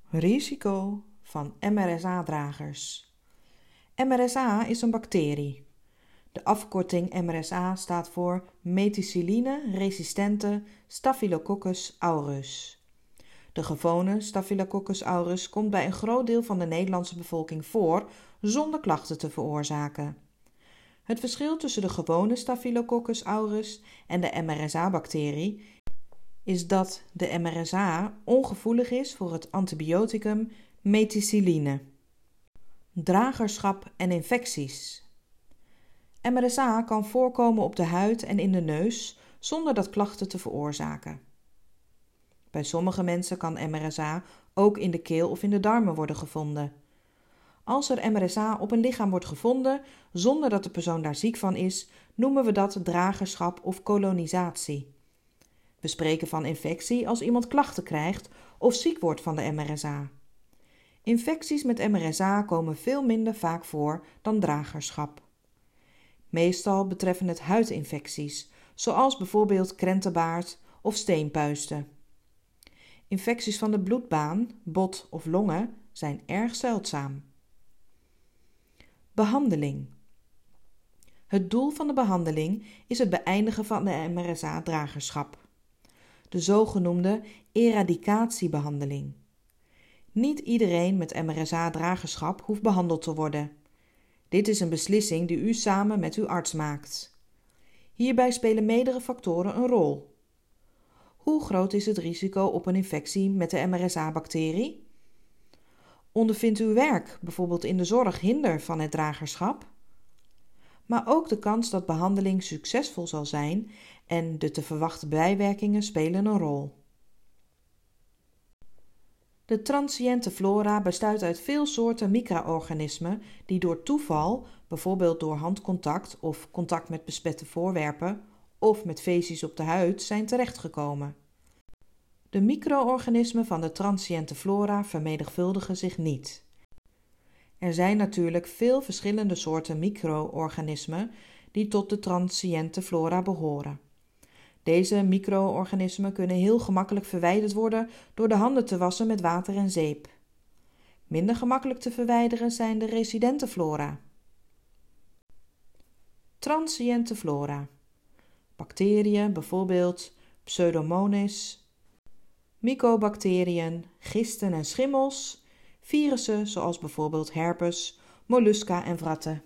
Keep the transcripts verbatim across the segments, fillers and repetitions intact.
Risico van M R S A-dragers. M R S A is een bacterie. De afkorting M R S A staat voor methicilline-resistente Staphylococcus aureus. De gewone Staphylococcus aureus komt bij een groot deel van de Nederlandse bevolking voor zonder klachten te veroorzaken. Het verschil tussen de gewone Staphylococcus aureus en de M R S A-bacterie is dat de M R S A ongevoelig is voor het antibioticum methicilline. Dragerschap en infecties. M R S A kan voorkomen op de huid en in de neus zonder dat klachten te veroorzaken. Bij sommige mensen kan M R S A ook in de keel of in de darmen worden gevonden. Als er M R S A op een lichaam wordt gevonden zonder dat de persoon daar ziek van is, noemen we dat dragerschap of kolonisatie. We spreken van infectie als iemand klachten krijgt of ziek wordt van de M R S A. Infecties met M R S A komen veel minder vaak voor dan dragerschap. Meestal betreffen het huidinfecties, zoals bijvoorbeeld krentenbaard of steenpuisten. Infecties van de bloedbaan, bot of longen zijn erg zeldzaam. Behandeling. Het doel van de behandeling is het beëindigen van de M R S A-dragerschap. De zogenoemde eradicatiebehandeling. Niet iedereen met M R S A-dragerschap hoeft behandeld te worden. Dit is een beslissing die u samen met uw arts maakt. Hierbij spelen meerdere factoren een rol. Hoe groot is het risico op een infectie met de M R S A-bacterie? Ondervindt uw werk, bijvoorbeeld in de zorg, hinder van het dragerschap? Maar ook de kans dat behandeling succesvol zal zijn en de te verwachten bijwerkingen spelen een rol. De transiënte flora bestaat uit veel soorten micro-organismen die door toeval, bijvoorbeeld door handcontact of contact met besmette voorwerpen of met feces op de huid, zijn terechtgekomen. De micro-organismen van de transiënte flora vermenigvuldigen zich niet. Er zijn natuurlijk veel verschillende soorten micro-organismen die tot de transiënte flora behoren. Deze micro-organismen kunnen heel gemakkelijk verwijderd worden door de handen te wassen met water en zeep. Minder gemakkelijk te verwijderen zijn de residente flora. Transiënte flora. Bacteriën, bijvoorbeeld Pseudomonas, mycobacteriën, gisten en schimmels, virussen zoals bijvoorbeeld herpes, mollusca en wratten.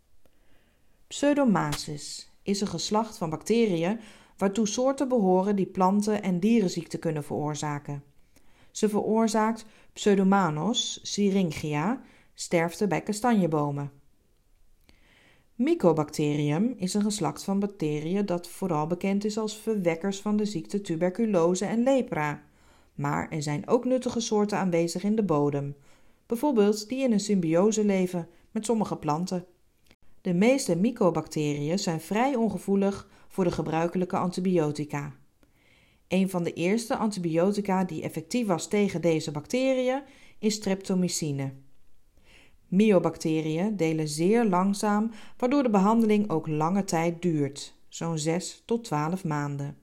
Pseudomonas is een geslacht van bacteriën waartoe soorten behoren die planten- en dierenziekten kunnen veroorzaken. Ze veroorzaakt Pseudomonas syringia, sterfte bij kastanjebomen. Mycobacterium is een geslacht van bacteriën dat vooral bekend is als verwekkers van de ziekte tuberculose en lepra. Maar er zijn ook nuttige soorten aanwezig in de bodem, bijvoorbeeld die in een symbiose leven met sommige planten. De meeste mycobacteriën zijn vrij ongevoelig voor de gebruikelijke antibiotica. Een van de eerste antibiotica die effectief was tegen deze bacteriën is streptomycine. Myobacteriën delen zeer langzaam, waardoor de behandeling ook lange tijd duurt, zo'n zes tot twaalf maanden.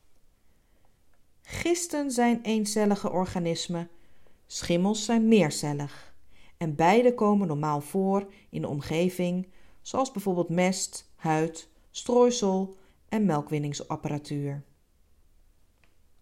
Gisten zijn eencellige organismen, schimmels zijn meercellig en beide komen normaal voor in de omgeving, zoals bijvoorbeeld mest, huid, strooisel en melkwinningsapparatuur.